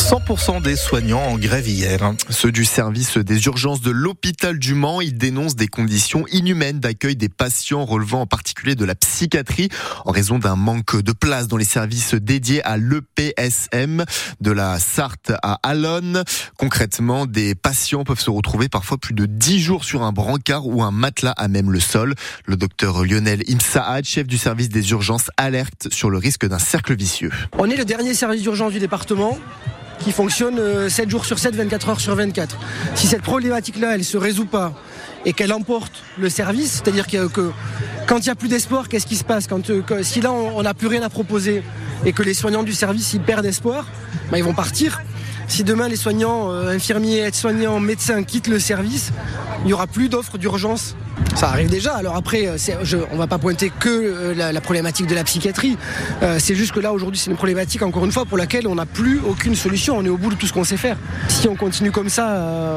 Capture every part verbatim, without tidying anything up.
cent pour cent des soignants en grève hier. Ceux du service des urgences de l'hôpital du Mans, ils dénoncent des conditions inhumaines d'accueil des patients relevant en particulier de la psychiatrie en raison d'un manque de place dans les services dédiés à l'E P S M de la Sarthe à Allonne. Concrètement, des patients peuvent se retrouver parfois plus de dix jours sur un brancard ou un matelas à même le sol. Le docteur Lionel Imsaad, chef du service des urgences, alerte sur le risque d'un cercle vicieux. On est le dernier service d'urgence du département qui fonctionne sept jours sur sept, vingt-quatre heures sur vingt-quatre. Si cette problématique-là, elle ne se résout pas et qu'elle emporte le service, c'est-à-dire que, que quand il n'y a plus d'espoir, qu'est-ce qui se passe quand, que, si là, on n'a plus rien à proposer et que les soignants du service ils perdent espoir, ben, ils vont partir. Si demain, les soignants, euh, infirmiers, aides-soignants, médecins quittent le service, il n'y aura plus d'offres d'urgence. Ça arrive déjà. Alors après, c'est, je, on ne va pas pointer que euh, la, la problématique de la psychiatrie. Euh, c'est juste que là, aujourd'hui, c'est une problématique, encore une fois, pour laquelle on n'a plus aucune solution. On est au bout de tout ce qu'on sait faire. Si on continue comme ça,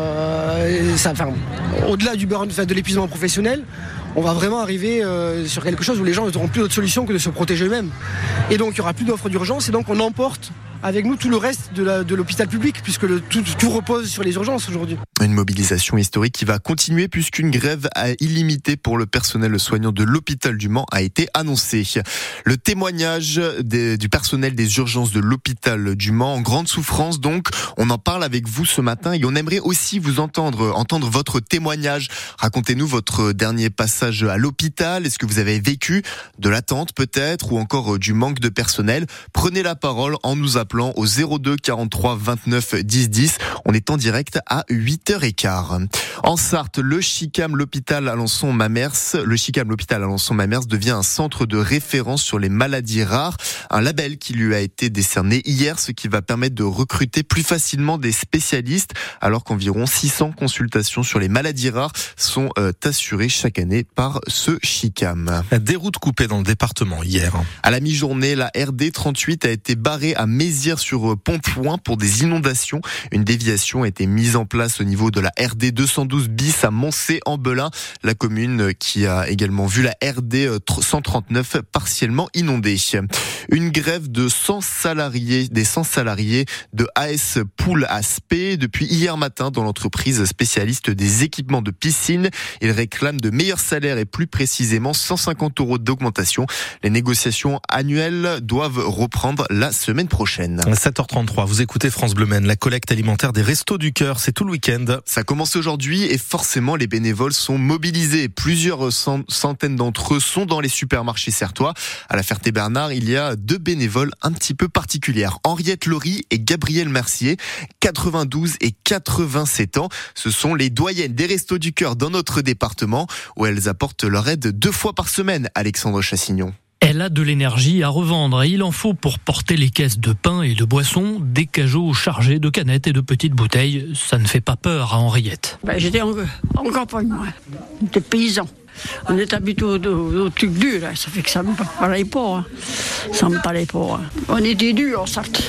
euh, ça enfin, au-delà du burn, enfin, de l'épuisement professionnel, on va vraiment arriver euh, sur quelque chose où les gens n'auront plus d'autre solution que de se protéger eux-mêmes. Et donc, il n'y aura plus d'offres d'urgence et donc on emporte avec nous tout le reste de, la, de l'hôpital public, puisque le, tout, tout repose sur les urgences aujourd'hui. Une mobilisation historique qui va continuer puisqu'une grève illimitée pour le personnel soignant de l'hôpital du Mans a été annoncée. Le témoignage des, du personnel des urgences de l'hôpital du Mans en grande souffrance, donc on en parle avec vous ce matin et on aimerait aussi vous entendre, entendre votre témoignage. Racontez-nous votre dernier passage à l'hôpital. Est-ce que vous avez vécu de l'attente peut-être ou encore du manque de personnel? Prenez la parole en nous appelant au zéro deux quarante-trois vingt-neuf dix dix. On est en direct à huit heures quinze. En Sarthe, le Chicam, l'hôpital Alençon-Mamers, le Chicam, l'hôpital Alençon-Mamers devient un centre de référence sur les maladies rares. Un label qui lui a été décerné hier, ce qui va permettre de recruter plus facilement des spécialistes, alors qu'environ six cents consultations sur les maladies rares sont euh, assurées chaque année par ce Chicam. Des routes coupées dans le département hier. À la mi-journée, la R D trente-huit a été barrée à Mézières sur Pont-Point pour des inondations. Une déviation a été mise en place au niveau de la R D deux cent douze bis à Moncé-en-Belin, la commune qui a également vu la R D cent trente-neuf partiellement inondée. Une grève de cent salariés, des cent salariés de A S Pool Aspect depuis hier matin dans l'entreprise spécialiste des équipements de piscine. Ils réclament de meilleurs salaires et plus précisément cent cinquante euros d'augmentation. Les négociations annuelles doivent reprendre la semaine prochaine. sept heures trente-trois, vous écoutez France Bleu Maine. La collecte alimentaire des Restos du Cœur, c'est tout le week-end. Ça commence aujourd'hui et forcément les bénévoles sont mobilisés. Plusieurs centaines d'entre eux sont dans les supermarchés sartois. À la Ferté-Bernard, il y a deux bénévoles un petit peu particulières. Henriette Laurie et Gabrielle Mercier, quatre-vingt-douze et quatre-vingt-sept ans. Ce sont les doyennes des Restos du Cœur dans notre département où elles apportent leur aide deux fois par semaine. Alexandre Chassignon. Elle a de l'énergie à revendre et il en faut pour porter les caisses de pain et de boissons, des cajots chargés de canettes et de petites bouteilles. Ça ne fait pas peur à Henriette. Ben, j'étais en, en campagne, moi. J'étais paysan. On est habitué au, au, au truc dur, là. Ça fait que ça me parlait pas. Hein. Ça me parlait pas. Hein. On était durs en Sarthe.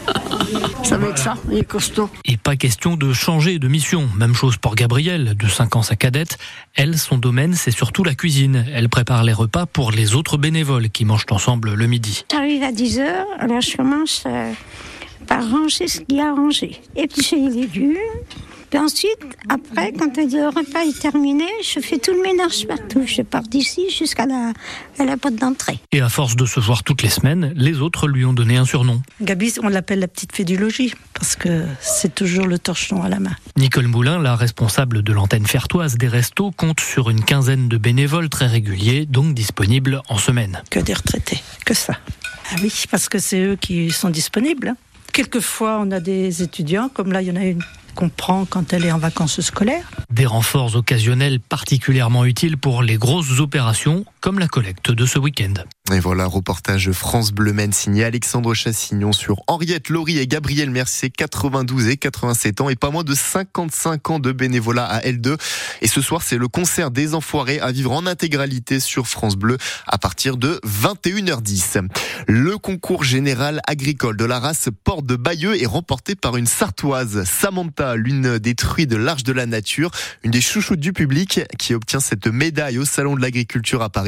Ça fait que ça, il est costaud. Et pas question de changer de mission. Même chose pour Gabrielle, de cinq ans sa cadette. Elle, son domaine, c'est surtout la cuisine. Elle prépare les repas pour les autres bénévoles qui mangent ensemble le midi. J'arrive à dix heures, alors je commence euh, par ranger ce qu'il y a à ranger. Éplucher les légumes. Puis ensuite, après, quand le repas est terminé, je fais tout le ménage partout. Je pars d'ici jusqu'à la, à la porte d'entrée. Et à force de se voir toutes les semaines, les autres lui ont donné un surnom. Gabi, on l'appelle la petite fée du logis, parce que c'est toujours le torchon à la main. Nicole Moulin, la responsable de l'antenne fertoise des restos, compte sur une quinzaine de bénévoles très réguliers, donc disponibles en semaine. Que des retraités, que ça. Ah oui, parce que c'est eux qui sont disponibles. Quelquefois, on a des étudiants, comme là, il y en a une qu'on prend quand elle est en vacances scolaires. Des renforts occasionnels particulièrement utiles pour les grosses opérations, comme la collecte de ce week-end. Et voilà, reportage France Bleu Maine signé Alexandre Chassignon sur Henriette Laurie et Gabrielle Mercier, quatre-vingt-douze et quatre-vingt-sept ans et pas moins de cinquante-cinq ans de bénévolat à L deux. Et ce soir, c'est le concert des Enfoirés à vivre en intégralité sur France Bleu à partir de vingt et une heures dix. Le concours général agricole de la race Porte de Bayeux est remporté par une Sartoise, Samantha, l'une des truies de l'Arche de la Nature, une des chouchoutes du public qui obtient cette médaille au Salon de l'Agriculture à Paris.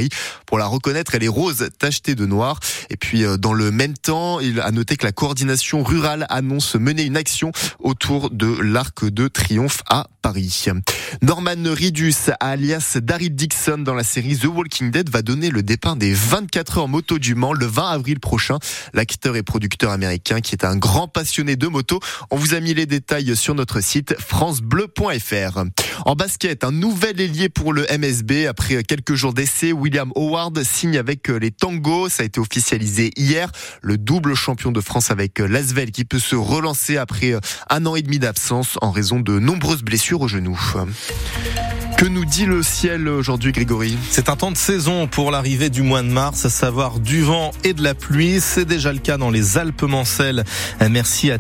Paris. Pour la reconnaître, elle est rose tachetée de noir. Et puis dans le même temps, il a noté que la coordination rurale annonce mener une action autour de l'Arc de Triomphe à Paris. Norman Reedus, alias Daryl Dixon dans la série The Walking Dead, va donner le départ des vingt-quatre heures moto du Mans le vingt avril prochain. L'acteur et producteur américain qui est un grand passionné de moto. On vous a mis les détails sur notre site francebleu point f r. En basket, un nouvel ailier pour le M S B. Après quelques jours d'essai, William Howard signe avec les Tangos. Ça a été officialisé hier. Le double champion de France avec l'Asvel qui peut se relancer après un an et demi d'absence en raison de nombreuses blessures au genou. Que nous dit le ciel aujourd'hui, Grégory ? C'est un temps de saison pour l'arrivée du mois de mars, à savoir du vent et de la pluie. C'est déjà le cas dans les Alpes Mancelles. Merci à